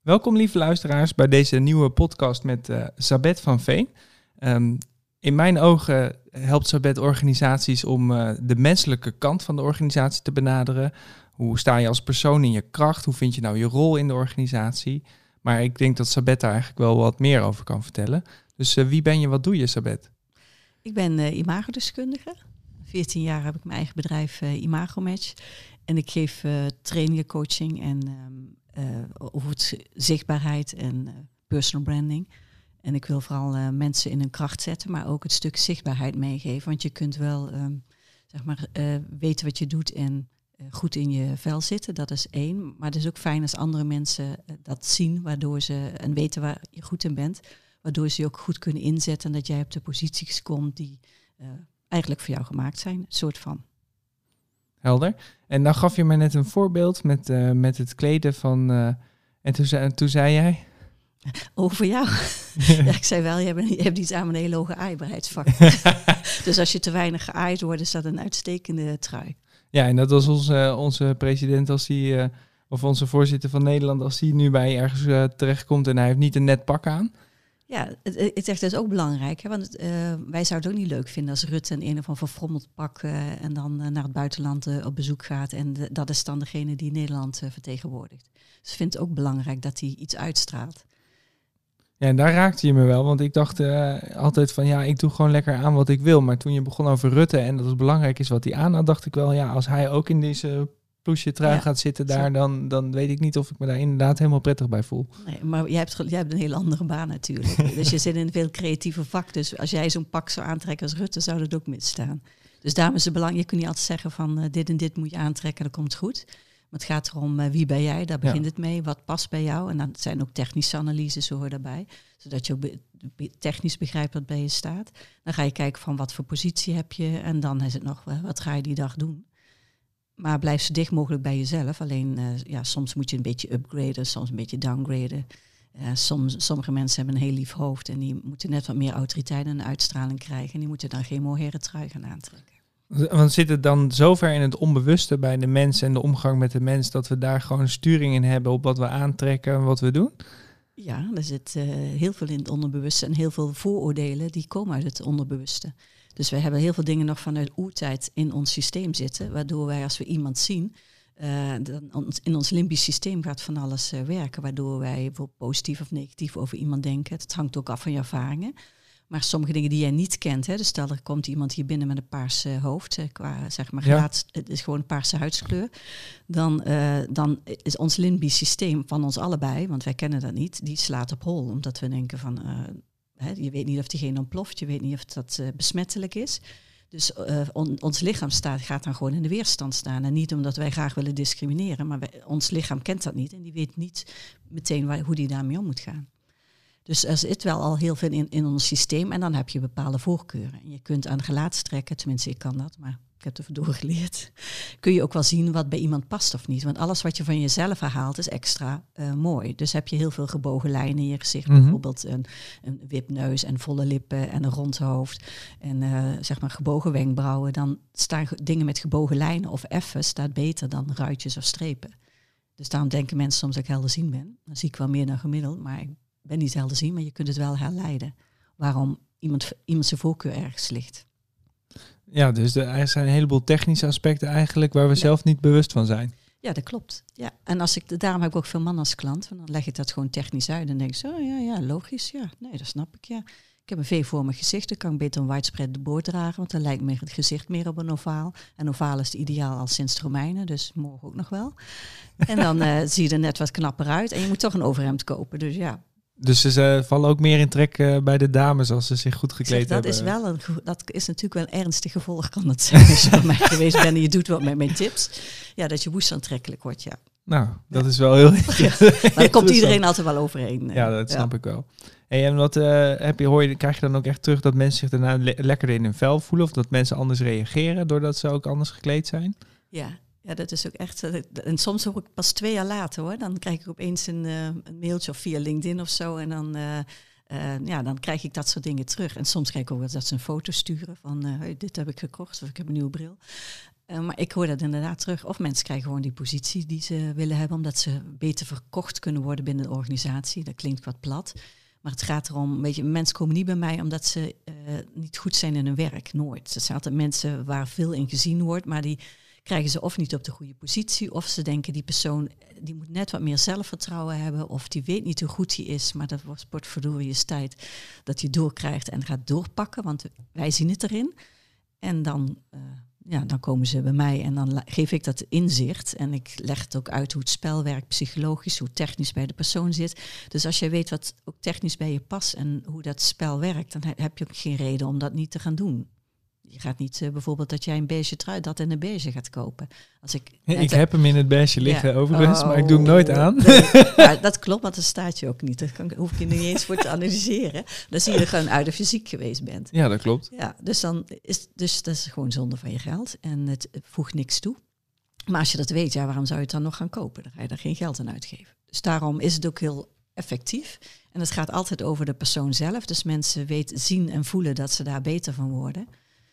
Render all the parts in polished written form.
Welkom lieve luisteraars bij deze nieuwe podcast met Sabet van Veen. In mijn ogen helpt Sabet organisaties om de menselijke kant van de organisatie te benaderen. Hoe sta je als persoon in je kracht? Hoe vind je nou je rol in de organisatie? Maar ik denk dat Sabet daar eigenlijk wel wat meer over kan vertellen. Dus wie ben je, wat doe je, Sabet? Ik ben imagodeskundige. 14 jaar heb ik mijn eigen bedrijf Imagomatch. En ik geef trainingen, coaching en over zichtbaarheid en personal branding. En ik wil vooral mensen in hun kracht zetten, maar ook het stuk zichtbaarheid meegeven. Want je kunt wel weten wat je doet en goed in je vel zitten. Dat is één. Maar het is ook fijn als andere mensen dat zien, waardoor ze en weten waar je goed in bent. Waardoor ze je ook goed kunnen inzetten en dat jij op de posities komt die eigenlijk voor jou gemaakt zijn. Een soort van. Helder. En dan gaf je me net een voorbeeld met het kleden van... en toen zei jij... Over jou? Ja, ik zei wel, je hebt iets aan een hele hoge aaibaarheidsfactor. Dus als je te weinig geaaid wordt, is dat een uitstekende trui. Ja, en dat was onze president als hij... of onze voorzitter van Nederland, als hij nu bij ergens terechtkomt en hij heeft niet een net pak aan. Ja, ik zeg dat is ook belangrijk. Hè, want wij zouden het ook niet leuk vinden als Rutte een of ander verfrommeld pak en dan naar het buitenland op bezoek gaat. En dat is dan degene die Nederland vertegenwoordigt. Dus ik vind het ook belangrijk dat hij iets uitstraalt. Ja, en daar raakte je me wel, want ik dacht altijd van ja, ik doe gewoon lekker aan wat ik wil. Maar toen je begon over Rutte en dat het belangrijk is wat hij aan had, dacht ik wel, ja, als hij ook in deze ploesje trui gaat zitten daar, dan weet ik niet of ik me daar inderdaad helemaal prettig bij voel. Nee, maar jij hebt een hele andere baan natuurlijk. Dus je zit in een veel creatieve vak. Dus als jij zo'n pak zou aantrekken als Rutte, zou dat ook misstaan. Dus daarom is het belangrijk, je kunt niet altijd zeggen van dit en dit moet je aantrekken, dan komt het goed. Maar het gaat erom wie ben jij, daar begint het mee, wat past bij jou. En dan zijn ook technische analyses horen daarbij. Zodat je ook technisch begrijpt wat bij je staat. Dan ga je kijken van wat voor positie heb je. En dan is het nog, wat ga je die dag doen? Maar blijf zo dicht mogelijk bij jezelf. Alleen soms moet je een beetje upgraden, soms een beetje downgraden. Sommige mensen hebben een heel lief hoofd en die moeten net wat meer autoriteit en uitstraling krijgen. En die moeten dan geen mohaire trui gaan aantrekken. Want zit het dan zover in het onbewuste bij de mens en de omgang met de mens dat we daar gewoon sturing in hebben op wat we aantrekken en wat we doen? Ja, er zit heel veel in het onderbewuste en heel veel vooroordelen die komen uit het onderbewuste. Dus we hebben heel veel dingen nog vanuit oertijd in ons systeem zitten, waardoor wij als we iemand zien, in ons limbisch systeem gaat van alles werken, waardoor wij bijvoorbeeld positief of negatief over iemand denken. Het hangt ook af van je ervaringen. Maar sommige dingen die jij niet kent, hè, dus stel er komt iemand hier binnen met een paars hoofd, qua zeg maar gelaat, het is gewoon een paarse huidskleur, dan is ons limbisch systeem van ons allebei, want wij kennen dat niet, die slaat op hol, omdat we denken van, je weet niet of diegene ontploft, je weet niet of dat besmettelijk is. Dus ons lichaam gaat dan gewoon in de weerstand staan. En niet omdat wij graag willen discrimineren, maar ons lichaam kent dat niet en die weet niet meteen hoe die daarmee om moet gaan. Dus er zit wel al heel veel in ons systeem en dan heb je bepaalde voorkeuren. En je kunt aan gelaatstrekken, tenminste ik kan dat, maar ik heb er vandoor geleerd, kun je ook wel zien wat bij iemand past of niet. Want alles wat je van jezelf herhaalt is extra mooi. Dus heb je heel veel gebogen lijnen in je gezicht, bijvoorbeeld een wipneus en volle lippen en een rond hoofd en gebogen wenkbrauwen, dan staan dingen met gebogen lijnen of effen staat beter dan ruitjes of strepen. Dus daarom denken mensen soms dat ik helderzien ben. Dan zie ik wel meer dan gemiddeld, maar ik ben niet helderzien, maar je kunt het wel herleiden waarom iemand zijn voorkeur ergens ligt. Ja, dus er zijn een heleboel technische aspecten eigenlijk waar we zelf niet bewust van zijn. Ja, dat klopt. Ja. En daarom heb ik ook veel mannen als klant. Want dan leg ik dat gewoon technisch uit en denk ik zo, ja, logisch, ja. Nee, dat snap ik, ja. Ik heb een V-vormig gezicht, dan kan ik beter een widespread de boord dragen, want dan lijkt het gezicht meer op een ovaal. En ovaal is het ideaal al sinds de Romeinen, dus morgen ook nog wel. En dan zie je er net wat knapper uit en je moet toch een overhemd kopen, dus ja. Dus ze vallen ook meer in trek bij de dames als ze zich goed gekleed hebben. Dat is natuurlijk wel een ernstig gevolg, kan dat zijn. Als je bij mij geweest bent en je doet wat met mijn tips. Ja, dat je woest aantrekkelijk wordt, ja. Nou, dat is wel heel maar daar komt iedereen altijd wel overheen. Ja, dat snap ik wel. Hey, en wat krijg je dan ook echt terug dat mensen zich daarna lekkerder in hun vel voelen? Of dat mensen anders reageren doordat ze ook anders gekleed zijn? Ja, dat is ook echt. En soms ook pas 2 jaar later hoor. Dan krijg ik opeens een mailtje of via LinkedIn of zo. En dan krijg ik dat soort dingen terug. En soms krijg ik ook dat ze een foto sturen van dit heb ik gekocht of ik heb een nieuwe bril. Maar ik hoor dat inderdaad terug. Of mensen krijgen gewoon die positie die ze willen hebben, omdat ze beter verkocht kunnen worden binnen de organisatie. Dat klinkt wat plat. Maar het gaat erom, weet je, mensen komen niet bij mij omdat ze niet goed zijn in hun werk. Nooit. Dat zijn altijd mensen waar veel in gezien wordt, maar die krijgen ze of niet op de goede positie, of ze denken die persoon die moet net wat meer zelfvertrouwen hebben, of die weet niet hoe goed hij is, maar dat wordt verdorie eens tijd dat hij doorkrijgt en gaat doorpakken, want wij zien het erin. En dan komen ze bij mij en dan geef ik dat inzicht en ik leg het ook uit hoe het spel werkt, psychologisch, hoe technisch bij de persoon zit. Dus als jij weet wat ook technisch bij je past en hoe dat spel werkt, dan heb je ook geen reden om dat niet te gaan doen. Je gaat niet bijvoorbeeld dat jij een beige trui, dat in een beige gaat kopen. Ik heb hem in het beige liggen overigens, maar ik doe hem nooit aan. Ja, dat klopt, want dat staat je ook niet. Daar hoef je niet eens voor te analyseren. Dan zie je er gewoon uit of je ziek geweest bent. Ja, dat klopt. Ja, dus dat is gewoon zonde van je geld en het voegt niks toe. Maar als je dat weet, waarom zou je het dan nog gaan kopen? Dan ga je daar geen geld aan uitgeven. Dus daarom is het ook heel effectief. En het gaat altijd over de persoon zelf. Dus mensen zien en voelen dat ze daar beter van worden.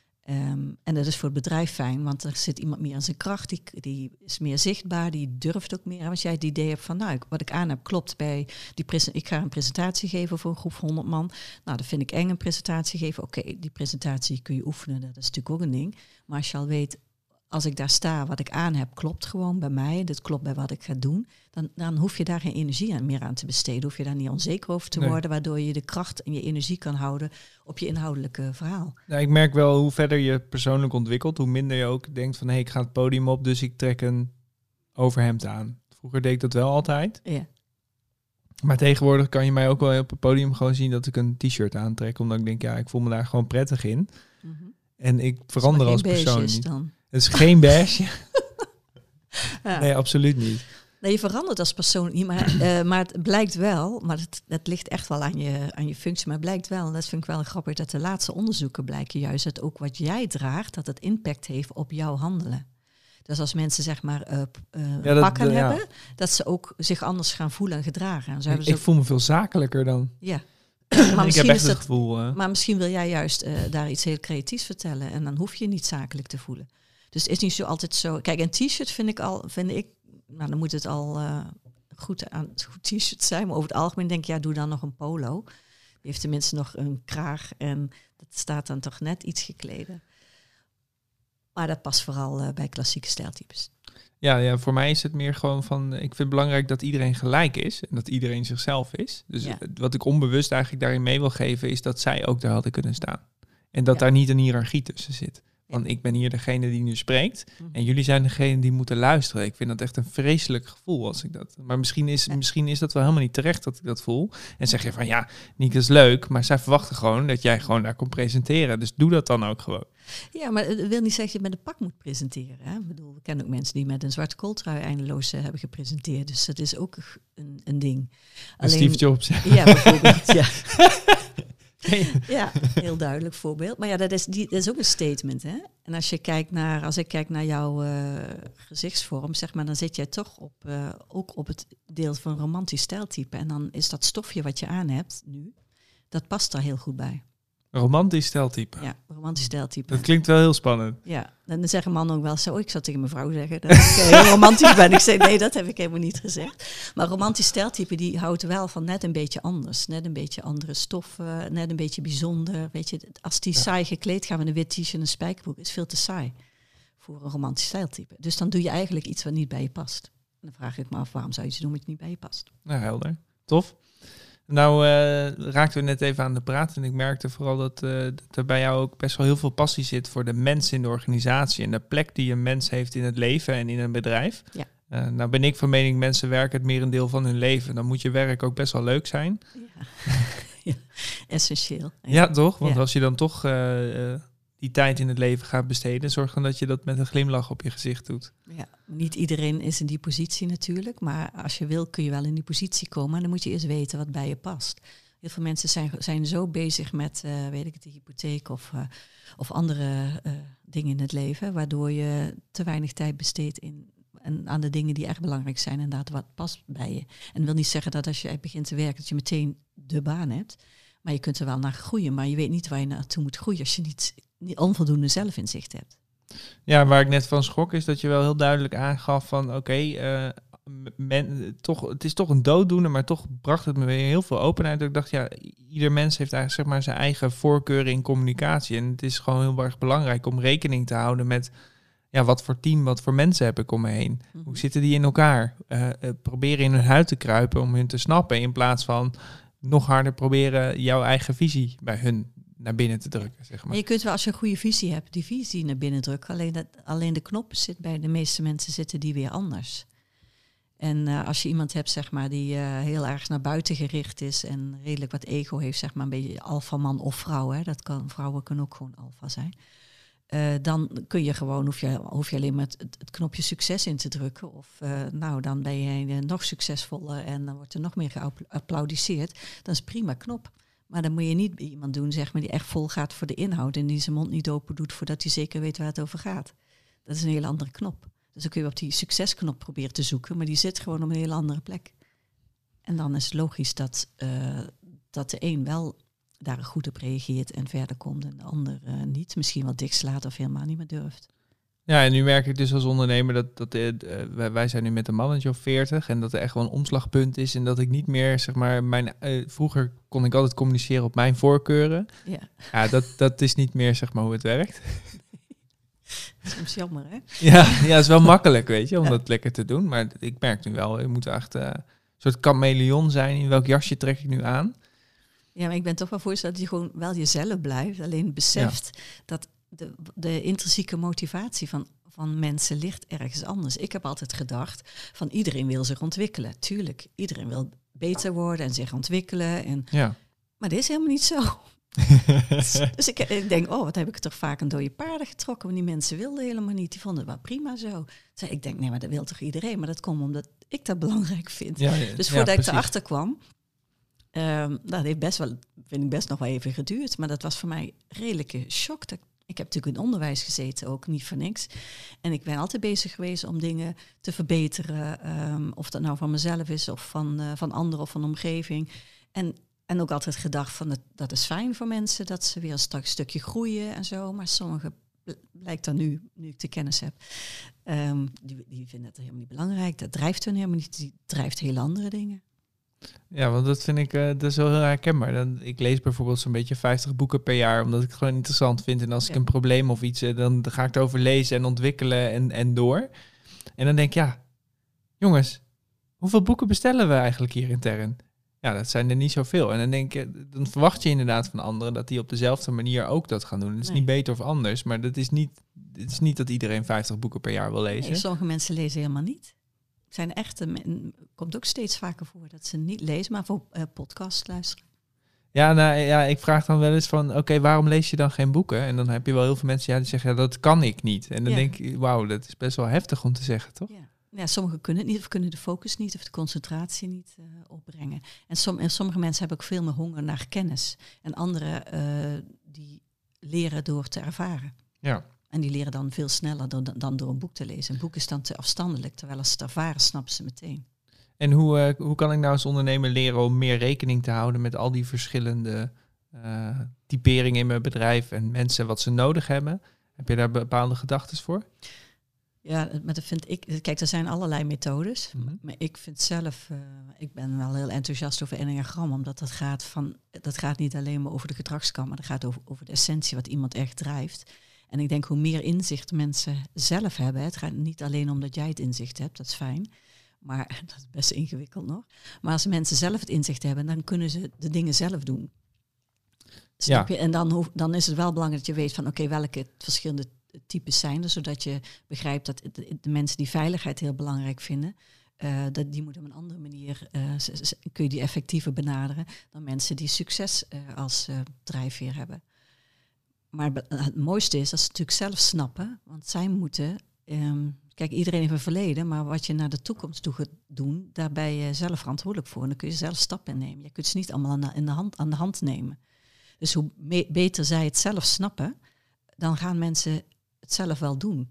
En dat is voor het bedrijf fijn, want er zit iemand meer aan zijn kracht, die is meer zichtbaar, die durft ook meer. Als jij het idee hebt van, wat ik aan heb klopt bij ik ga een presentatie geven voor een groep van 100 man. Nou, dat vind ik eng, een presentatie geven. Oké, die presentatie kun je oefenen, dat is natuurlijk ook een ding. Maar als je al weet, als ik daar sta, wat ik aan heb, klopt gewoon bij mij. Dit klopt bij wat ik ga doen. Dan hoef je daar geen energie meer aan te besteden. Hoef je daar niet onzeker over te worden, waardoor je de kracht en je energie kan houden op je inhoudelijke verhaal. Nou, ik merk wel hoe verder je persoonlijk ontwikkelt, hoe minder je ook denkt van, ik ga het podium op, dus ik trek een overhemd aan. Vroeger deed ik dat wel altijd. Ja. Maar tegenwoordig kan je mij ook wel op het podium gewoon zien dat ik een t-shirt aantrek, omdat ik denk, ik voel me daar gewoon prettig in. Mm-hmm. En ik verander als persoon niet. Dan. Het is geen beige. Ja. Nee, absoluut niet. Nee, je verandert als persoon niet, maar het blijkt wel, maar het ligt echt wel aan je functie, maar het blijkt wel, en dat vind ik wel grappig, dat de laatste onderzoeken blijken juist dat ook wat jij draagt, dat het impact heeft op jouw handelen. Dus als mensen zeg maar pakken hebben, dat ze ook zich anders gaan voelen en gedragen. En zo ik voel me veel zakelijker dan. Ja. Maar ik heb echt het gevoel. Maar misschien wil jij juist daar iets heel creatiefs vertellen en dan hoef je niet zakelijk te voelen. Dus het is niet zo altijd zo. Kijk, een t-shirt vind ik, nou dan moet het al goed t-shirt zijn. Maar over het algemeen denk ik, doe dan nog een polo. Die heeft tenminste nog een kraag en dat staat dan toch net iets gekleden. Maar dat past vooral bij klassieke stijltypes. Ja, voor mij is het meer gewoon van, ik vind het belangrijk dat iedereen gelijk is en dat iedereen zichzelf is. Dus wat ik onbewust eigenlijk daarin mee wil geven, is dat zij ook daar hadden kunnen staan. En dat daar niet een hiërarchie tussen zit. Want ik ben hier degene die nu spreekt. En jullie zijn degene die moeten luisteren. Ik vind dat echt een vreselijk gevoel als ik dat... Maar misschien is dat wel helemaal niet terecht dat ik dat voel. En zeg je van Niek, is leuk. Maar zij verwachten gewoon dat jij gewoon daar komt presenteren. Dus doe dat dan ook gewoon. Ja, maar het wil niet zeggen dat je met een pak moet presenteren. Hè? Ik bedoel, we kennen ook mensen die met een zwarte kooltrui eindeloos hebben gepresenteerd. Dus dat is ook een ding. Alleen, Steve Jobs. Ja, bijvoorbeeld. Ja. Ja, heel duidelijk voorbeeld. Maar dat is ook een statement, hè? En als ik kijk naar jouw gezichtsvorm, zeg maar, dan zit jij toch ook op het deel van romantisch stijltype. En dan is dat stofje wat je aan hebt nu, dat past daar heel goed bij. Romantisch stijltype. Ja, romantisch stijltype. Dat klinkt wel heel spannend. Ja, dan zeggen mannen ook wel zo, ik zou tegen mijn vrouw zeggen dat ik heel romantisch ben. Ik zeg, nee, dat heb ik helemaal niet gezegd. Maar romantisch stijltype, die houdt wel van net een beetje anders. Net een beetje andere stoffen, net een beetje bijzonder. Weet je, als die saai gekleed gaan met een wit t-shirt en een spijkerbroek, is veel te saai voor een romantisch stijltype. Dus dan doe je eigenlijk iets wat niet bij je past. En dan vraag ik me af, waarom zou je iets doen wat niet bij je past? Nou, helder. Tof. Nou, raakten we net even aan de praat en ik merkte vooral dat er bij jou ook best wel heel veel passie zit voor de mensen in de organisatie en de plek die een mens heeft in het leven en in een bedrijf. Ja. Nou ben ik van mening, mensen werken het merendeel van hun leven. Dan moet je werk ook best wel leuk zijn. Ja, ja. Essentieel. Ja, toch? Want als je dan toch die tijd in het leven gaat besteden, zorg dan dat je dat met een glimlach op je gezicht doet. Ja, niet iedereen is in die positie natuurlijk, maar als je wil kun je wel in die positie komen en dan moet je eerst weten wat bij je past. Heel veel mensen zijn zo bezig met, de hypotheek of andere dingen in het leven, waardoor je te weinig tijd besteedt aan de dingen die echt belangrijk zijn en dat wat past bij je. En dat wil niet zeggen dat als je begint te werken dat je meteen de baan hebt, maar je kunt er wel naar groeien, maar je weet niet waar je naartoe moet groeien als je niet onvoldoende zelfinzicht hebt. Ja, waar ik net van schrok is dat je wel heel duidelijk aangaf van het is toch een dooddoener, maar toch bracht het me weer heel veel openheid. Dat ik dacht, ja, ieder mens heeft eigenlijk zeg maar zijn eigen voorkeuren in communicatie. En het is gewoon heel erg belangrijk om rekening te houden met wat voor team, wat voor mensen heb ik om me heen. Mhm. Hoe zitten die in elkaar? Proberen in hun huid te kruipen om hun te snappen, in plaats van nog harder proberen jouw eigen visie bij hun naar binnen te drukken, zeg maar. En je kunt wel, als je een goede visie hebt, die visie naar binnen drukken. Alleen de knop zit bij de meeste mensen zitten die weer anders. En als je iemand hebt, zeg maar, die heel erg naar buiten gericht is en redelijk wat ego heeft, zeg maar, een beetje alfaman of vrouw, hè, vrouwen kunnen ook gewoon alfa zijn. Dan kun je gewoon, hoef je alleen maar het knopje succes in te drukken. Of dan ben je nog succesvoller en dan wordt er nog meer geapplaudisseerd. Dat is prima knop. Maar dan moet je niet bij iemand doen, zeg maar, die echt vol gaat voor de inhoud en die zijn mond niet open doet voordat hij zeker weet waar het over gaat. Dat is een hele andere knop. Dus dan kun je op die succesknop proberen te zoeken, maar die zit gewoon op een hele andere plek. En dan is het logisch dat de een wel daar goed op reageert en verder komt en de ander niet. Misschien wel dichtslaat of helemaal niet meer durft. Ja, en nu merk ik dus als ondernemer dat wij zijn nu met een mannetje of 40 en dat er echt wel een omslagpunt is en dat ik niet meer, zeg maar, vroeger kon ik altijd communiceren op mijn voorkeuren. Ja, dat is niet meer, zeg maar, hoe het werkt. Soms jammer, hè? Ja, het is wel makkelijk, weet je, om dat lekker te doen. Maar ik merk nu wel, je moet echt een soort chameleon zijn. In welk jasje trek ik nu aan? Ja, maar ik ben toch wel voorstel dat je gewoon wel jezelf blijft. Alleen beseft dat de intrinsieke motivatie van mensen ligt ergens anders. Ik heb altijd gedacht van iedereen wil zich ontwikkelen. Tuurlijk, iedereen wil beter worden en zich ontwikkelen. Maar dat is helemaal niet zo. Dus ik denk, wat heb ik toch vaak een dode paarden getrokken. Want die mensen wilden helemaal niet. Die vonden het wel prima zo. Dus ik denk, nee, maar dat wil toch iedereen. Maar dat komt omdat ik dat belangrijk vind. Dus voordat ik erachter kwam, dat heeft vind ik best nog wel even geduurd. Maar dat was voor mij een redelijke shock. Ik heb natuurlijk in onderwijs gezeten, ook niet voor niks. En ik ben altijd bezig geweest om dingen te verbeteren. Of dat nou van mezelf is of van anderen of van de omgeving. En ook altijd gedacht van dat is fijn voor mensen, dat ze weer een stukje groeien en zo. Maar sommigen, blijkt dan nu ik de kennis heb, die vinden het helemaal niet belangrijk. Dat drijft hun helemaal niet, die drijft hele andere dingen. Ja, want dat vind ik dat is wel heel herkenbaar. Ik lees bijvoorbeeld zo'n beetje 50 boeken per jaar, omdat ik het gewoon interessant vind. En als ik een probleem of iets, dan ga ik erover lezen en ontwikkelen en door. En dan denk ik, jongens, hoeveel boeken bestellen we eigenlijk hier intern? Ja, dat zijn er niet zoveel. En dan verwacht je inderdaad van anderen dat die op dezelfde manier ook dat gaan doen. Het is niet beter of anders, maar het is niet dat iedereen 50 boeken per jaar wil lezen. Nee, sommige mensen lezen helemaal niet. Zijn komt ook steeds vaker voor dat ze niet lezen, maar voor podcast luisteren. Ja, ik vraag dan wel eens van, oké, waarom lees je dan geen boeken? En dan heb je wel heel veel mensen die zeggen, dat kan ik niet. En dan denk ik, wauw, dat is best wel heftig om te zeggen, toch? Ja, sommigen kunnen het niet of kunnen de focus niet of de concentratie niet opbrengen. En sommige mensen hebben ook veel meer honger naar kennis. En anderen die leren door te ervaren. Ja. En die leren dan veel sneller dan door een boek te lezen. Een boek is dan te afstandelijk, terwijl als ze het ervaren, snappen ze meteen. En hoe kan ik nou als ondernemer leren om meer rekening te houden met al die verschillende typeringen in mijn bedrijf en mensen wat ze nodig hebben? Heb je daar bepaalde gedachten voor? Ja, maar dat vind ik. Kijk, er zijn allerlei methodes. Mm-hmm. Maar ik vind zelf, ik ben wel heel enthousiast over Enneagram, omdat dat gaat niet alleen maar over de gedragskant, maar dat gaat over de essentie wat iemand echt drijft. En ik denk hoe meer inzicht mensen zelf hebben, het gaat niet alleen om dat jij het inzicht hebt, dat is fijn. Maar dat is best ingewikkeld nog. Maar als mensen zelf het inzicht hebben, dan kunnen ze de dingen zelf doen. Snap je? En dan is het wel belangrijk dat je weet van oké, welke verschillende types zijn er, zodat je begrijpt dat de mensen die veiligheid heel belangrijk vinden, dat die moeten op een andere manier, kun je die effectiever benaderen dan mensen die succes als drijfveer hebben. Maar het mooiste is dat ze natuurlijk zelf snappen, want zij moeten, kijk, iedereen heeft een verleden, maar wat je naar de toekomst toe gaat doen, daar ben je zelf verantwoordelijk voor. En dan kun je zelf stappen in nemen. Je kunt ze niet allemaal aan de hand nemen. Dus hoe beter zij het zelf snappen, dan gaan mensen het zelf wel doen.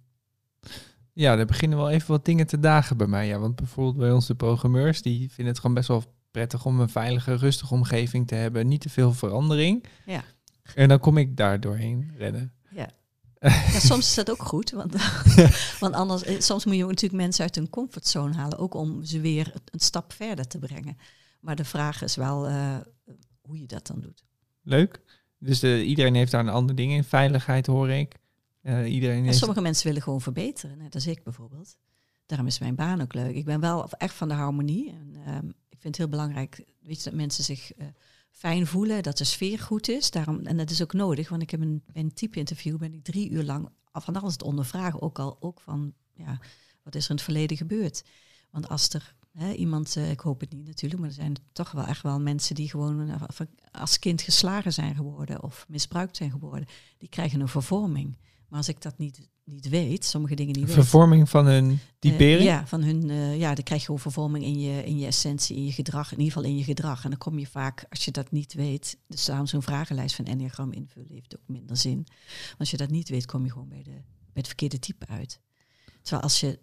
Ja, er beginnen wel even wat dingen te dagen bij mij. Ja, want bijvoorbeeld bij ons de programmeurs, die vinden het gewoon best wel prettig om een veilige, rustige omgeving te hebben. Niet te veel verandering. Ja. En dan kom ik daar doorheen rennen. Ja. Ja, soms is dat ook goed, want anders, soms moet je ook natuurlijk mensen uit hun comfortzone halen, ook om ze weer een stap verder te brengen. Maar de vraag is wel hoe je dat dan doet. Leuk. Dus iedereen heeft daar een ander ding in. Veiligheid hoor ik. Sommige mensen willen gewoon verbeteren, net als ik bijvoorbeeld. Daarom is mijn baan ook leuk. Ik ben wel echt van de harmonie. En, ik vind het heel belangrijk, weet je, dat mensen zich fijn voelen, dat de sfeer goed is. Daarom, en dat is ook nodig, want ik heb een type-interview, ben ik 3 uur lang van alles te ondervragen. Ook van, ja, wat is er in het verleden gebeurd? Want als er iemand, ik hoop het niet natuurlijk, maar er zijn toch wel echt wel mensen die gewoon als kind geslagen zijn geworden of misbruikt zijn geworden. Die krijgen een vervorming. Maar als ik dat niet weet, sommige dingen niet weet. Vervorming van hun typering? Ja, van hun, dan krijg je gewoon vervorming in je essentie, in je gedrag, in ieder geval in je gedrag. En dan kom je vaak, als je dat niet weet, dus daarom zo'n vragenlijst van Enneagram invullen heeft ook minder zin. Maar als je dat niet weet, kom je gewoon bij het verkeerde type uit. Terwijl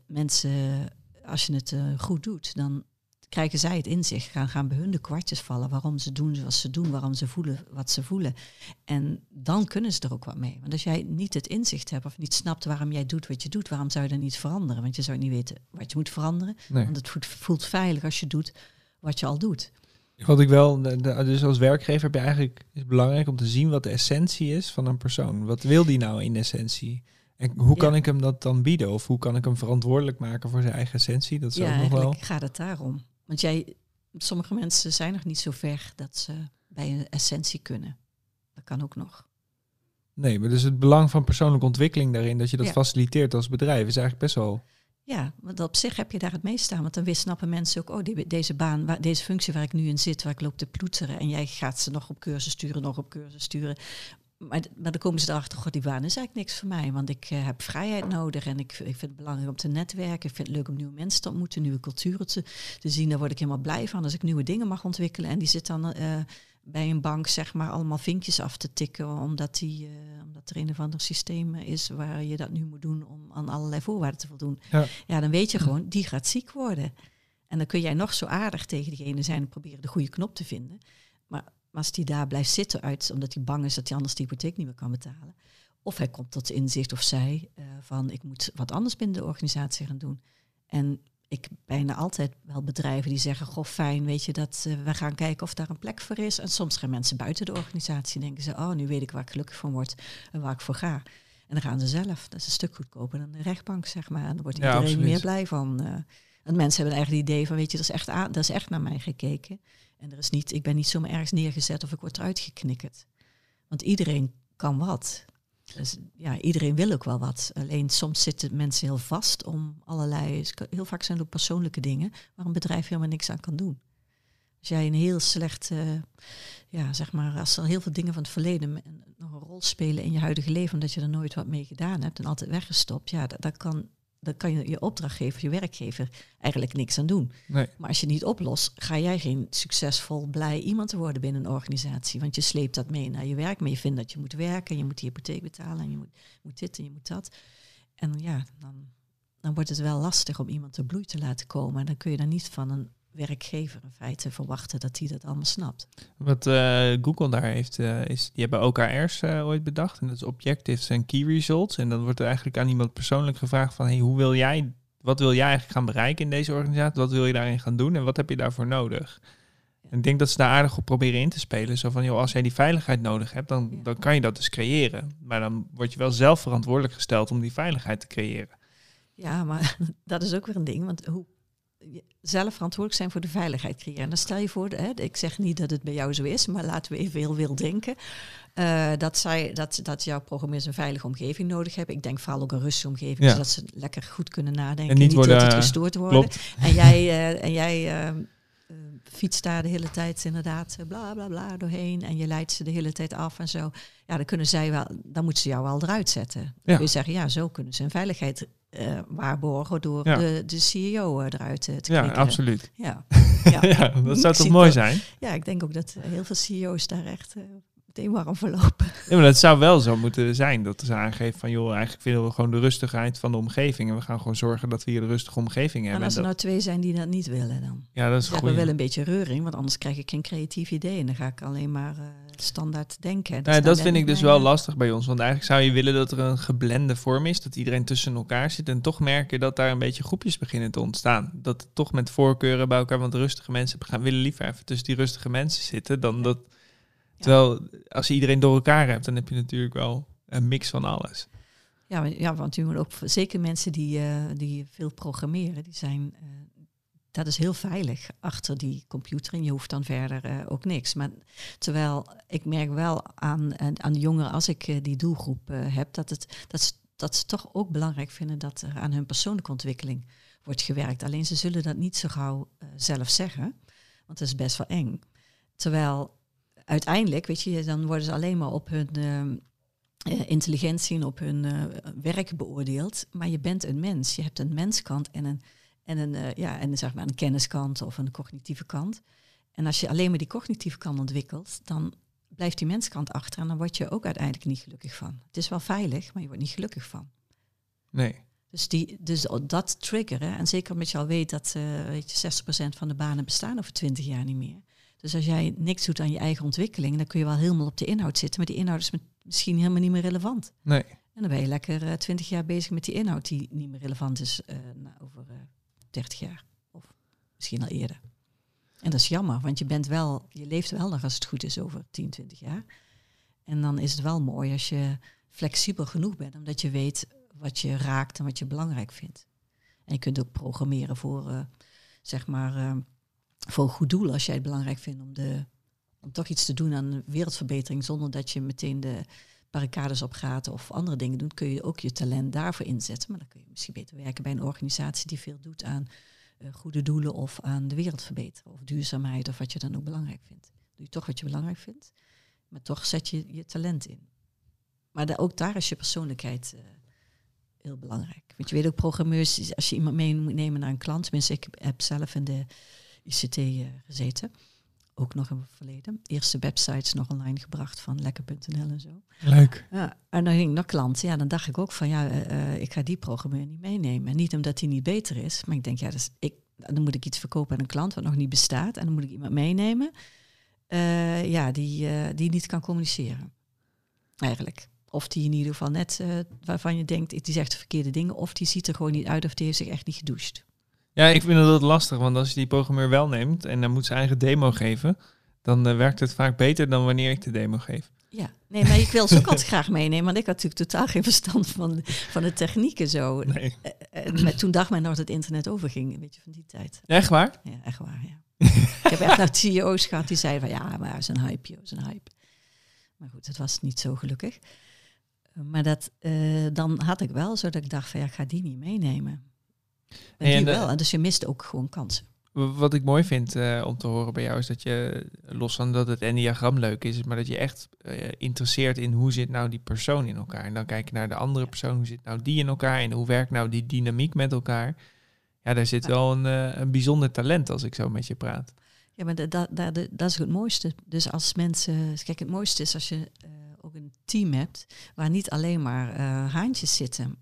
als je het goed doet, dan krijgen zij het inzicht, gaan bij hun de kwartjes vallen, waarom ze doen zoals ze doen, waarom ze voelen wat ze voelen. En dan kunnen ze er ook wat mee. Want als jij niet het inzicht hebt of niet snapt waarom jij doet wat je doet, waarom zou je dan niet veranderen? Want je zou niet weten wat je moet veranderen. Nee. Want het voelt veilig als je doet wat je al doet. Wat ik wel, dus als werkgever heb je eigenlijk, is het belangrijk om te zien wat de essentie is van een persoon. Wat wil die nou in essentie? En hoe kan ik hem dat dan bieden? Of hoe kan ik hem verantwoordelijk maken voor zijn eigen essentie? Dat is ook nog wel. Gaat het daarom. Want sommige mensen zijn nog niet zo ver dat ze bij een essentie kunnen. Dat kan ook nog. Nee, maar dus het belang van persoonlijke ontwikkeling daarin, dat je dat faciliteert als bedrijf, is eigenlijk best wel. Ja, want op zich heb je daar het meest aan. Want dan snappen mensen ook, deze baan, deze functie waar ik nu in zit, waar ik loop te ploeteren. En jij gaat ze nog op cursus sturen. Maar dan komen ze erachter, god, die baan is eigenlijk niks voor mij. Want ik heb vrijheid nodig en ik vind het belangrijk om te netwerken. Ik vind het leuk om nieuwe mensen te ontmoeten, nieuwe culturen te zien. Daar word ik helemaal blij van als ik nieuwe dingen mag ontwikkelen. En die zit dan bij een bank, zeg maar, allemaal vinkjes af te tikken. Omdat er een of ander systeem is waar je dat nu moet doen om aan allerlei voorwaarden te voldoen. Ja, dan weet je gewoon, die gaat ziek worden. En dan kun jij nog zo aardig tegen diegene zijn en proberen de goede knop te vinden. Maar als die daar blijft zitten omdat hij bang is dat hij anders de hypotheek niet meer kan betalen. Of hij komt tot inzicht of zij van ik moet wat anders binnen de organisatie gaan doen. En ik bijna altijd wel bedrijven die zeggen, goh fijn, weet je dat we gaan kijken of daar een plek voor is. En soms gaan mensen buiten de organisatie denken ze, nu weet ik waar ik gelukkig van word en waar ik voor ga. En dan gaan ze zelf. Dat is een stuk goedkoper dan de rechtbank, zeg maar. En dan wordt iedereen meer blij van. En mensen hebben eigenlijk het idee van, weet je, dat is echt naar mij gekeken. En ik ben niet zomaar ergens neergezet of ik word eruit geknikkerd. Want iedereen kan wat. Dus ja, iedereen wil ook wel wat. Alleen soms zitten mensen heel vast om allerlei. Heel vaak zijn het ook persoonlijke dingen waar een bedrijf helemaal niks aan kan doen. Als jij een heel slecht, zeg maar, als er heel veel dingen van het verleden nog een rol spelen in je huidige leven, omdat je er nooit wat mee gedaan hebt en altijd weggestopt, ja, dan kan je opdrachtgever, je werkgever eigenlijk niks aan doen. Nee. Maar als je het niet oplost, ga jij geen succesvol, blij iemand worden binnen een organisatie. Want je sleept dat mee naar je werk, maar je vindt dat je moet werken, je moet die hypotheek betalen en je moet dit en je moet dat. En ja, dan wordt het wel lastig om iemand te bloei te laten komen. En dan kun je dan niet van een werkgever in feite verwachten dat hij dat allemaal snapt. Wat Google daar heeft, die hebben OKR's ooit bedacht. En dat is Objectives en Key Results. En dan wordt er eigenlijk aan iemand persoonlijk gevraagd van, wat wil jij eigenlijk gaan bereiken in deze organisatie? Wat wil je daarin gaan doen? En wat heb je daarvoor nodig? Ja. En ik denk dat ze daar aardig op proberen in te spelen. Zo van, als jij die veiligheid nodig hebt, dan kan je dat dus creëren. Maar dan word je wel zelf verantwoordelijk gesteld om die veiligheid te creëren. Ja, maar dat is ook weer een ding. Want zelf verantwoordelijk zijn voor de veiligheid creëren. En dan stel je voor, ik zeg niet dat het bij jou zo is, maar laten we even heel wild denken. Dat jouw programmeurs een veilige omgeving nodig hebben. Ik denk vooral ook een rustige omgeving, zodat ze lekker goed kunnen nadenken. En niet worden gestoord worden. Klopt. En jij fietst daar de hele tijd inderdaad bla bla bla doorheen. En je leidt ze de hele tijd af en zo. Ja, dan moeten ze jou wel eruit zetten. Dan kun je zeggen, zo kunnen ze hun veiligheid waarborgen door de CEO eruit te knikkeren. Ja, absoluut. Ja, dat zou toch mooi zijn? Ja, ik denk ook dat heel veel CEO's daar echt meteen warm verlopen. Ja, maar dat zou wel zo moeten zijn. Dat ze aangeven van, joh, eigenlijk willen we gewoon de rustigheid van de omgeving. En we gaan gewoon zorgen dat we hier een rustige omgeving hebben. En als er nou 2 zijn die dat niet willen dan? Ja, dat is goed. We willen een beetje reuring, want anders krijg ik geen creatief idee. En dan ga ik alleen maar standaard denken. Nou, dat vind ik dus wel lastig bij ons. Want eigenlijk zou je willen dat er een geblende vorm is. Dat iedereen tussen elkaar zit. En toch merk je dat daar een beetje groepjes beginnen te ontstaan. Dat het toch met voorkeuren bij elkaar. Want rustige mensen willen liever even tussen die rustige mensen zitten. Dan dat. Terwijl als je iedereen door elkaar hebt, dan heb je natuurlijk wel een mix van alles. Ja, want je moet ook zeker mensen die veel programmeren, die zijn. Dat is heel veilig achter die computer en je hoeft dan verder ook niks. Maar terwijl ik merk wel aan de jongeren, als ik die doelgroep heb, dat ze toch ook belangrijk vinden dat er aan hun persoonlijke ontwikkeling wordt gewerkt. Alleen ze zullen dat niet zo gauw zelf zeggen, want dat is best wel eng. Terwijl uiteindelijk, weet je, dan worden ze alleen maar op hun intelligentie en op hun werk beoordeeld. Maar je bent een mens, je hebt een menskant en zeg maar een kenniskant of een cognitieve kant. En als je alleen maar die cognitieve kant ontwikkelt, dan blijft die menskant achter en dan word je ook uiteindelijk niet gelukkig van. Het is wel veilig, maar je wordt niet gelukkig van. Nee. Dus dat triggeren, en zeker omdat je al weet dat 60% van de banen bestaan over 20 jaar niet meer. Dus als jij niks doet aan je eigen ontwikkeling, dan kun je wel helemaal op de inhoud zitten, maar die inhoud is misschien helemaal niet meer relevant. Nee. En dan ben je lekker 20 jaar bezig met die inhoud die niet meer relevant is over 30 jaar. Of misschien al eerder. En dat is jammer, want je leeft wel nog als het goed is over 10, 20 jaar. En dan is het wel mooi als je flexibel genoeg bent, omdat je weet wat je raakt en wat je belangrijk vindt. En je kunt ook programmeren voor, voor een goed doel als jij het belangrijk vindt om toch iets te doen aan de wereldverbetering, zonder dat je meteen de barricades opgaat of andere dingen doet, kun je ook je talent daarvoor inzetten. Maar dan kun je misschien beter werken bij een organisatie die veel doet aan goede doelen of aan de wereldverbetering of duurzaamheid of wat je dan ook belangrijk vindt. Doe je toch wat je belangrijk vindt, maar toch zet je je talent in. Maar ook daar is je persoonlijkheid heel belangrijk. Want je weet ook, programmeurs, als je iemand mee moet nemen naar een klant, tenminste ik heb zelf in de ICT gezeten, ook nog in het verleden. Eerste websites nog online gebracht van lekker.nl en zo. Leuk. Ja, en dan ging ik naar klanten. Ja, dan dacht ik ook van ik ga die programmeur niet meenemen. Niet omdat hij niet beter is, maar ik denk dan moet ik iets verkopen aan een klant wat nog niet bestaat. En dan moet ik iemand meenemen die niet kan communiceren. Eigenlijk. Of die in ieder geval net waarvan je denkt, die zegt de verkeerde dingen. Of die ziet er gewoon niet uit of die heeft zich echt niet gedoucht. Ja, ik vind dat lastig, want als je die programmeur wel neemt en dan moet ze eigen demo geven, dan werkt het vaak beter dan wanneer ik de demo geef. Ja, nee, maar ik wil ze ook altijd graag meenemen, want ik had natuurlijk totaal geen verstand van de technieken zo. Nee. Toen dacht men nog dat het internet overging, weet je, van die tijd. Echt waar? Ja, echt waar, ja. Ik heb echt naar CEO's gehad die zeiden van ja, maar het is een hype, joh, het is een hype. Maar goed, het was niet zo gelukkig. Maar dan had ik wel zo dat ik dacht van ja, ik ga die niet meenemen. En wel, en dus je mist ook gewoon kansen. Wat ik mooi vind om te horen bij jou is dat je, los van dat het enneagram leuk is, maar dat je echt interesseert in hoe zit nou die persoon in elkaar. En dan kijk je naar de andere persoon, hoe zit nou die in elkaar en hoe werkt nou die dynamiek met elkaar. Ja, daar zit wel een bijzonder talent als ik zo met je praat. Ja, maar dat is het mooiste. Dus als mensen, kijk, het mooiste is als je ook een team hebt waar niet alleen maar haantjes zitten.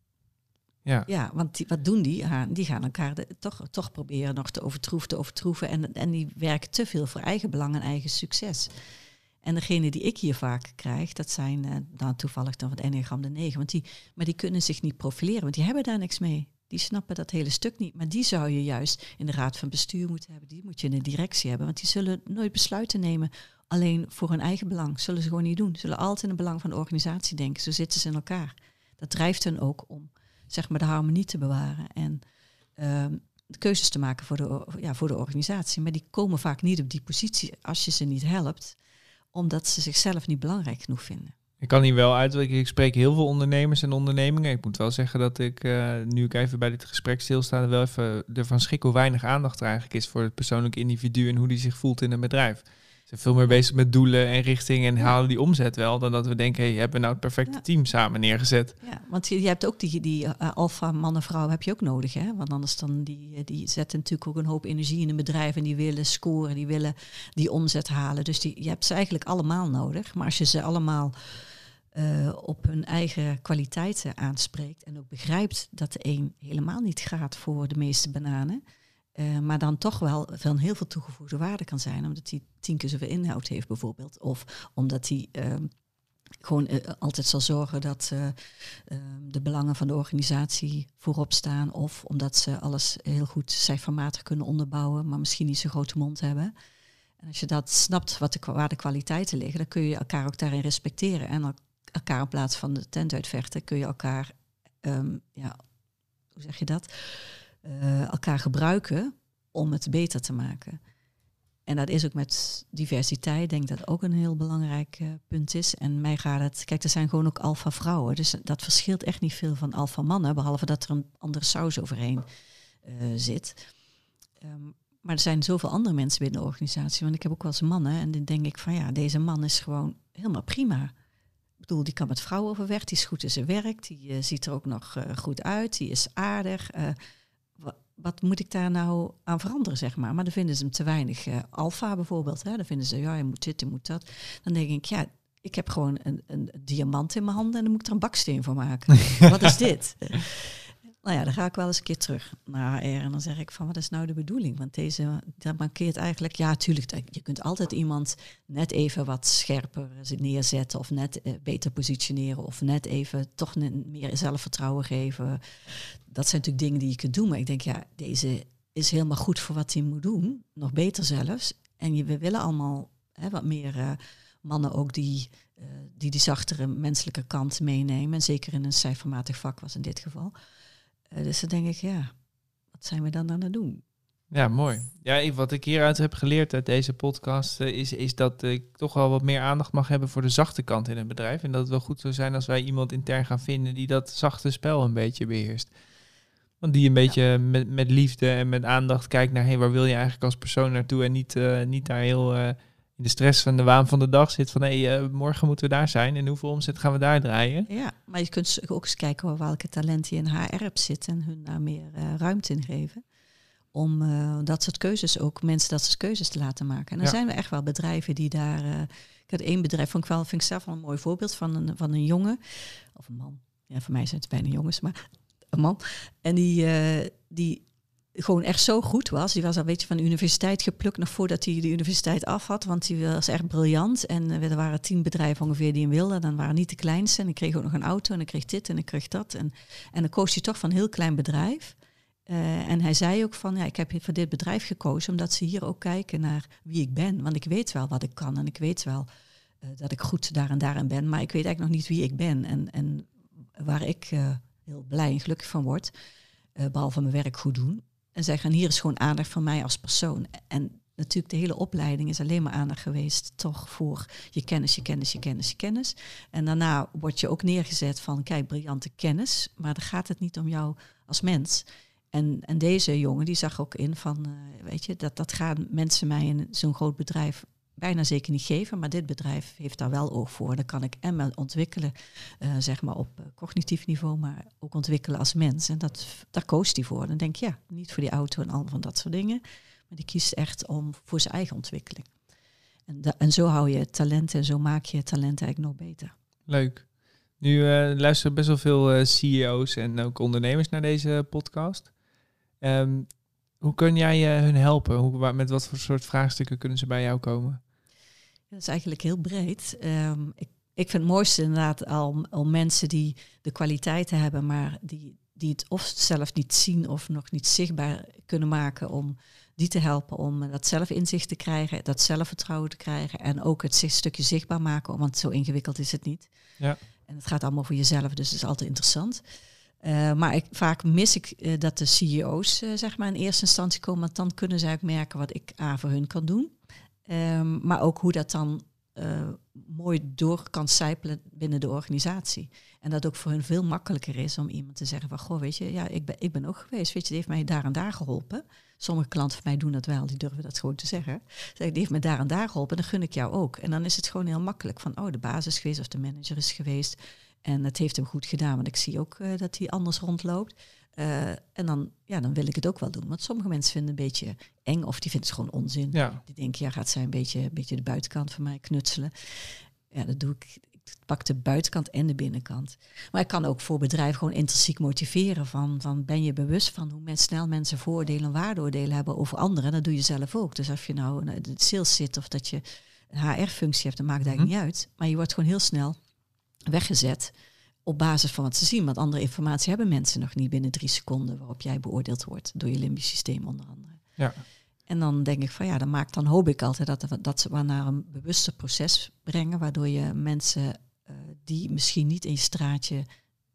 Ja, want wat doen die? Die gaan elkaar toch proberen nog te overtroeven. En die werken te veel voor eigen belang en eigen succes. En degene die ik hier vaak krijg, dat zijn toevallig dan van het Enneagram de 9. Maar die kunnen zich niet profileren, want die hebben daar niks mee. Die snappen dat hele stuk niet. Maar die zou je juist in de raad van bestuur moeten hebben. Die moet je in de directie hebben. Want die zullen nooit besluiten nemen alleen voor hun eigen belang. Zullen ze gewoon niet doen. Zullen altijd in het belang van de organisatie denken. Zo zitten ze in elkaar. Dat drijft hen ook om zeg maar de harmonie te bewaren en de keuzes te maken voor de organisatie. Maar die komen vaak niet op die positie als je ze niet helpt, omdat ze zichzelf niet belangrijk genoeg vinden. Ik kan hier wel uit, ik spreek heel veel ondernemers en ondernemingen. Ik moet wel zeggen dat ik, nu ik even bij dit gesprek stilsta, wel even ervan schrik hoe weinig aandacht er eigenlijk is voor het persoonlijke individu en hoe die zich voelt in een bedrijf. zijn veel meer bezig met doelen en richting en halen die omzet wel, dan dat we denken, hey, hebben we nou het perfecte team samen neergezet. Ja, want je hebt ook die alfa mannen, vrouwen heb je ook nodig, hè? Want anders dan die zetten natuurlijk ook een hoop energie in een bedrijf en die willen scoren, die willen die omzet halen. Dus je hebt ze eigenlijk allemaal nodig. Maar als je ze allemaal op hun eigen kwaliteiten aanspreekt en ook begrijpt dat de een helemaal niet gaat voor de meeste bananen, maar dan toch wel van heel veel toegevoegde waarde kan zijn, omdat hij 10 keer zoveel inhoud heeft bijvoorbeeld. Of omdat hij gewoon altijd zal zorgen dat de belangen van de organisatie voorop staan. Of omdat ze alles heel goed cijfermatig kunnen onderbouwen, maar misschien niet zo'n grote mond hebben. En als je dat snapt waar de kwaliteiten liggen, dan kun je elkaar ook daarin respecteren. En elkaar in plaats van de tent uitvechten, kun je elkaar, hoe zeg je dat? Elkaar gebruiken om het beter te maken. En dat is ook met diversiteit, denk ik dat ook een heel belangrijk punt is. En mij gaat het, kijk, er zijn gewoon ook alfa vrouwen, dus dat verschilt echt niet veel van alfa mannen, behalve dat er een andere saus overheen zit. Maar er zijn zoveel andere mensen binnen de organisatie, want ik heb ook wel eens mannen en dan denk ik van ja, deze man is gewoon helemaal prima. Ik bedoel, die kan met vrouwen overweg, die is goed in zijn werk, die ziet er ook nog goed uit, die is aardig. Wat moet ik daar nou aan veranderen, zeg maar? Maar dan vinden ze hem te weinig alfa bijvoorbeeld. Hè? Dan vinden ze, ja, je moet dit, je moet dat. Dan denk ik, ja, ik heb gewoon een diamant in mijn handen en dan moet ik er een baksteen voor maken. Wat is dit? Nou ja, dan ga ik wel eens een keer terug naar HR en dan zeg ik van, wat is nou de bedoeling? Want dat markeert eigenlijk, ja, tuurlijk, je kunt altijd iemand net even wat scherper neerzetten of net beter positioneren of net even toch meer zelfvertrouwen geven. Dat zijn natuurlijk dingen die je kunt doen, maar ik denk, ja, deze is helemaal goed voor wat hij moet doen, nog beter zelfs. En we willen allemaal wat meer mannen ook die zachtere menselijke kant meenemen, en zeker in een cijfermatig vak was in dit geval. Dus dan denk ik, ja, wat zijn we dan aan het doen? Ja, mooi. Ja, wat ik hieruit heb geleerd uit deze podcast is dat ik toch wel wat meer aandacht mag hebben voor de zachte kant in het bedrijf. En dat het wel goed zou zijn als wij iemand intern gaan vinden die dat zachte spel een beetje beheerst. Want die een beetje met liefde en met aandacht kijkt naar, hey, waar wil je eigenlijk als persoon naartoe? En niet daar heel in de stress van de waan van de dag zit van, morgen moeten we daar zijn en hoeveel omzet gaan we daar draaien? Ja, maar je kunt ook eens kijken welke talenten in HR zitten en hun daar meer ruimte in geven. Om dat soort keuzes ook, mensen dat soort keuzes te laten maken. En dan zijn we echt wel bedrijven die daar... ik had één bedrijf, vind ik zelf wel een mooi voorbeeld van een jongen. Of een man. Ja, voor mij zijn het bijna jongens, maar een man. En die gewoon echt zo goed was. Die was al een beetje van de universiteit geplukt nog voordat hij de universiteit af had. Want die was echt briljant. En er waren 10 bedrijven ongeveer die hem wilden. Dan waren niet de kleinste. En ik kreeg ook nog een auto en ik kreeg dit en ik kreeg dat. En dan koos hij toch van een heel klein bedrijf. En hij zei ook van, ja, ik heb voor dit bedrijf gekozen omdat ze hier ook kijken naar wie ik ben. Want ik weet wel wat ik kan en ik weet wel dat ik goed daar en daarin ben. Maar ik weet eigenlijk nog niet wie ik ben en waar ik heel blij en gelukkig van word. Behalve mijn werk goed doen. En zij gaan, hier is gewoon aandacht van mij als persoon. En natuurlijk de hele opleiding is alleen maar aandacht geweest toch voor je kennis. En daarna word je ook neergezet van, kijk, briljante kennis. Maar dan gaat het niet om jou als mens. En deze jongen die zag ook in van, weet je, dat gaan mensen mij in zo'n groot bedrijf bijna zeker niet geven. Maar dit bedrijf heeft daar wel oog voor. Dan kan ik me ontwikkelen, zeg maar op cognitief niveau, maar ook ontwikkelen als mens. En daar koos hij voor. Dan denk je, ja, niet voor die auto en al van dat soort dingen. Maar die kiest echt voor zijn eigen ontwikkeling. En zo hou je talent en zo maak je talent eigenlijk nog beter. Leuk. Nu luisteren best wel veel CEO's en ook ondernemers naar deze podcast. Hoe kun jij hun helpen? Met wat voor soort vraagstukken kunnen ze bij jou komen? Dat is eigenlijk heel breed. Ik vind het mooiste inderdaad al mensen die de kwaliteiten hebben, maar die het of zelf niet zien of nog niet zichtbaar kunnen maken, om die te helpen om dat zelfinzicht te krijgen, dat zelfvertrouwen te krijgen en ook het stukje zichtbaar maken, want zo ingewikkeld is het niet. Ja. En het gaat allemaal voor jezelf, dus het is altijd interessant. Maar vaak mis ik dat de CEO's zeg maar in eerste instantie komen, want dan kunnen zij ook merken wat ik voor hun kan doen. Maar ook hoe dat dan mooi door kan sijpelen binnen de organisatie. En dat ook voor hun veel makkelijker is om iemand te zeggen van, goh, weet je, ja, ik ben ook geweest, weet je, die heeft mij daar en daar geholpen. Sommige klanten van mij doen dat wel, die durven dat gewoon te zeggen. Die heeft me daar en daar geholpen, dan gun ik jou ook. En dan is het gewoon heel makkelijk van, de baas is geweest of de manager is geweest. En het heeft hem goed gedaan, want ik zie ook dat hij anders rondloopt. En dan wil ik het ook wel doen. Want sommige mensen vinden het een beetje eng of die vinden het gewoon onzin. Ja. Die denken, ja, gaat zij een beetje de buitenkant van mij knutselen. Ja, dat doe ik. Ik pak de buitenkant en de binnenkant. Maar ik kan ook voor bedrijven gewoon intrinsiek motiveren. Van ben je bewust van hoe snel mensen vooroordelen en waardeoordelen hebben over anderen. Dat doe je zelf ook. Dus of je nou in de sales zit of dat je een HR-functie hebt, dat maakt eigenlijk niet uit. Maar je wordt gewoon heel snel weggezet op basis van wat ze zien. Want andere informatie hebben mensen nog niet binnen 3 seconden waarop jij beoordeeld wordt door je limbisch systeem onder andere. Ja. En dan denk ik van ja, dan hoop ik altijd dat ze wel naar een bewuster proces brengen, waardoor je mensen die misschien niet in je straatje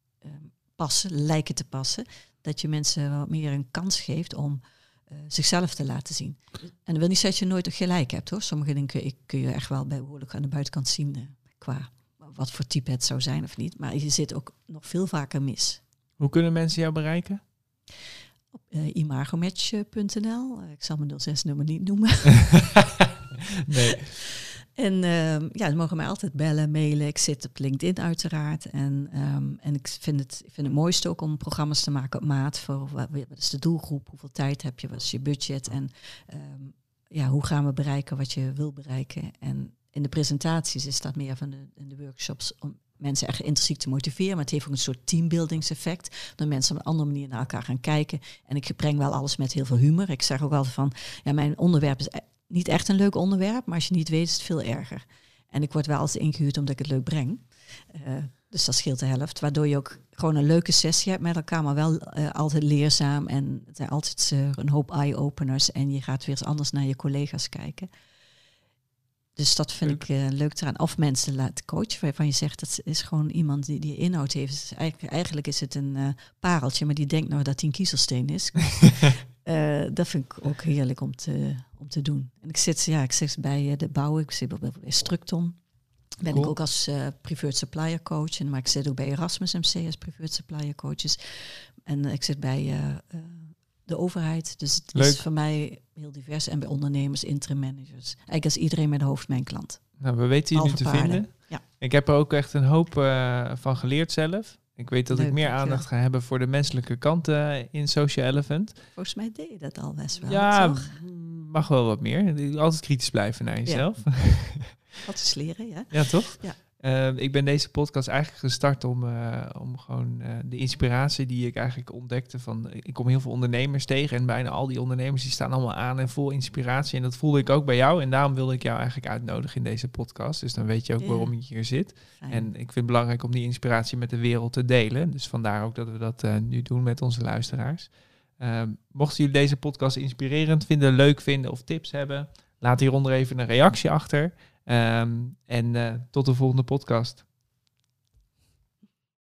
lijken te passen, dat je mensen wat meer een kans geeft om zichzelf te laten zien. En dat wil niet zeggen dat je nooit gelijk hebt hoor. Sommige dingen kun je echt wel behoorlijk aan de buitenkant zien qua wat voor type het zou zijn of niet. Maar je zit ook nog veel vaker mis. Hoe kunnen mensen jou bereiken? Op imagomatch.nl. Ik zal mijn 06-nummer niet noemen. Nee. En ze mogen mij altijd bellen, mailen. Ik zit op LinkedIn uiteraard. En ik vind het mooiste ook om programma's te maken op maat. Voor wat is de doelgroep, hoeveel tijd heb je, wat is je budget. En hoe gaan we bereiken wat je wil bereiken. En in de presentaties is dat meer van in de workshops om mensen echt intrinsiek te motiveren. Maar het heeft ook een soort teambuildingseffect. Dat mensen op een andere manier naar elkaar gaan kijken. En ik breng wel alles met heel veel humor. Ik zeg ook altijd van, ja, mijn onderwerp is niet echt een leuk onderwerp. Maar als je niet weet, is het veel erger. En ik word wel altijd ingehuurd omdat ik het leuk breng. Dus dat scheelt de helft. Waardoor je ook gewoon een leuke sessie hebt met elkaar. Maar wel altijd leerzaam. En het zijn altijd een hoop eye-openers. En je gaat weer eens anders naar je collega's kijken. Dus dat vind ik leuk eraan. Of mensen laten coachen, waarvan je zegt, dat is gewoon iemand die inhoud heeft. Dus eigenlijk is het een pareltje, maar die denkt nou dat hij een kiezelsteen is. Dat vind ik ook heerlijk om te doen. En ik zit bij de bouw, ik zit bij Structon. Ben ik ook als preferred supplier coach. Maar ik zit ook bij Erasmus MC als preferred supplier coaches. En ik zit bij de overheid. Dus het is voor mij heel divers. En bij ondernemers, interim managers. Eigenlijk is iedereen met een hoofd mijn klant. Nou, we weten je nu te vinden. Ja. Ik heb er ook echt een hoop van geleerd zelf. Ik weet dat ik meer aandacht ga hebben voor de menselijke kanten in Social Elephant. Volgens mij deed je dat al best wel. Ja, toch? Mag wel wat meer. Altijd kritisch blijven naar jezelf. Ja. Wat is leren, ja. Ja, toch? Ja. Ik ben deze podcast eigenlijk gestart om gewoon de inspiratie die ik eigenlijk ontdekte van... Ik kom heel veel ondernemers tegen en bijna al die ondernemers die staan allemaal aan en vol inspiratie. En dat voelde ik ook bij jou en daarom wilde ik jou eigenlijk uitnodigen in deze podcast. Dus dan weet je ook waarom je hier zit. Fijn. En ik vind het belangrijk om die inspiratie met de wereld te delen. Dus vandaar ook dat we dat nu doen met onze luisteraars. Mochten jullie deze podcast inspirerend vinden, leuk vinden of tips hebben, laat hieronder even een reactie achter. En tot de volgende podcast.